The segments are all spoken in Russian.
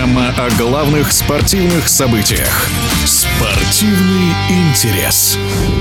Программа о главных спортивных событиях. Спортивный интерес.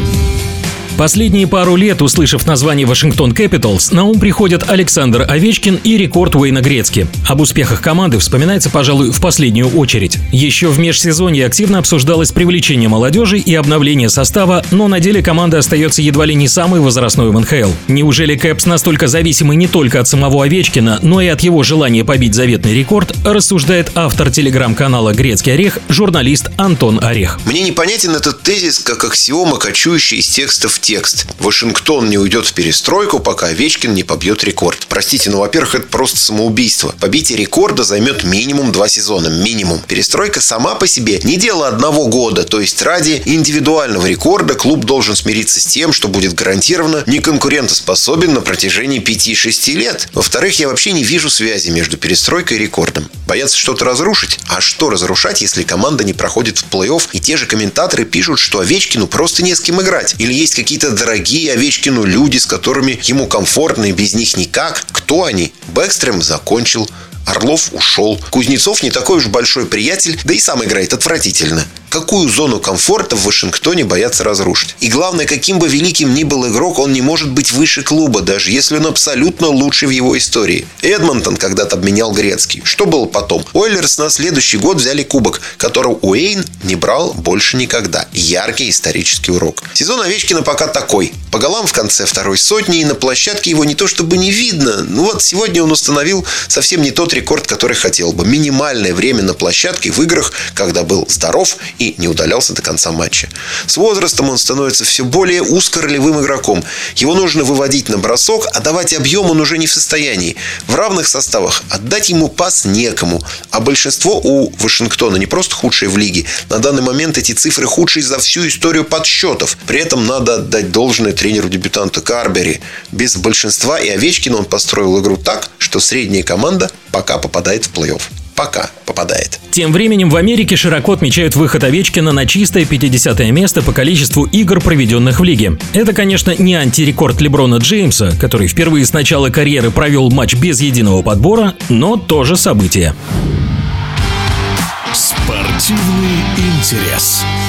Последние пару лет, услышав название Вашингтон Capitals, на ум приходят Александр Овечкин и рекорд Уэйна Грецки. Об успехах команды вспоминается, пожалуй, в последнюю очередь. Еще в межсезонье активно обсуждалось привлечение молодежи и обновление состава, но на деле команда остается едва ли не самой возрастной в НХЛ. Неужели Кэпс настолько зависимы не только от самого Овечкина, но и от его желания побить заветный рекорд, рассуждает автор телеграм-канала «Грецкий орех», журналист Антон Орех. Мне непонятен этот тезис, как аксиома, кочующая из текста в текст. Вашингтон не уйдет в перестройку, пока Овечкин не побьет рекорд. Простите, но, во-первых, это просто самоубийство. Побитие рекорда займет минимум 2 сезона. Минимум. Перестройка сама по себе не дело одного года. То есть ради индивидуального рекорда клуб должен смириться с тем, что будет гарантированно неконкурентоспособен на протяжении 5-6 лет. Во-вторых, я вообще не вижу связи между перестройкой и рекордом. Боятся что-то разрушить? А что разрушать, если команда не проходит в плей-офф, и те же комментаторы пишут, что Овечкину просто не с кем играть? Или есть какие-то дорогие Овечкину люди, с которыми ему комфортно и без них никак? Кто они? Бэкстрем закончил. Орлов ушел. Кузнецов не такой уж большой приятель, да и сам играет отвратительно. Какую зону комфорта в Вашингтоне боятся разрушить? И главное, каким бы великим ни был игрок, он не может быть выше клуба, даже если он абсолютно лучший в его истории. Эдмонтон когда-то обменял Грецкий. Что было потом? Ойлерс на следующий год взяли кубок, которого Уэйн не брал больше никогда. Яркий исторический урок. Сезон Овечкина пока такой. По голам в конце второй сотни, и на площадке его не то чтобы не видно. Ну вот сегодня он установил совсем не тот рекорд, который хотел бы. Минимальное время на площадке в играх, когда был здоров и не удалялся до конца матча. С возрастом он становится все более узкоролевым игроком. Его нужно выводить на бросок, а давать объем он уже не в состоянии. В равных составах отдать ему пас некому. А большинство у Вашингтона не просто худшие в лиге. На данный момент эти цифры худшие за всю историю подсчетов. При этом надо отдать должное тренеру-дебютанту Карбери. Без большинства и Овечкина он построил игру так, что средняя команда пока попадает в плей-офф. Пока попадает. Тем временем в Америке широко отмечают выход Овечкина на чистое 50-е место по количеству игр, проведенных в лиге. Это, конечно, не антирекорд Леброна Джеймса, который впервые с начала карьеры провел матч без единого подбора, но тоже событие. Спортивный интерес.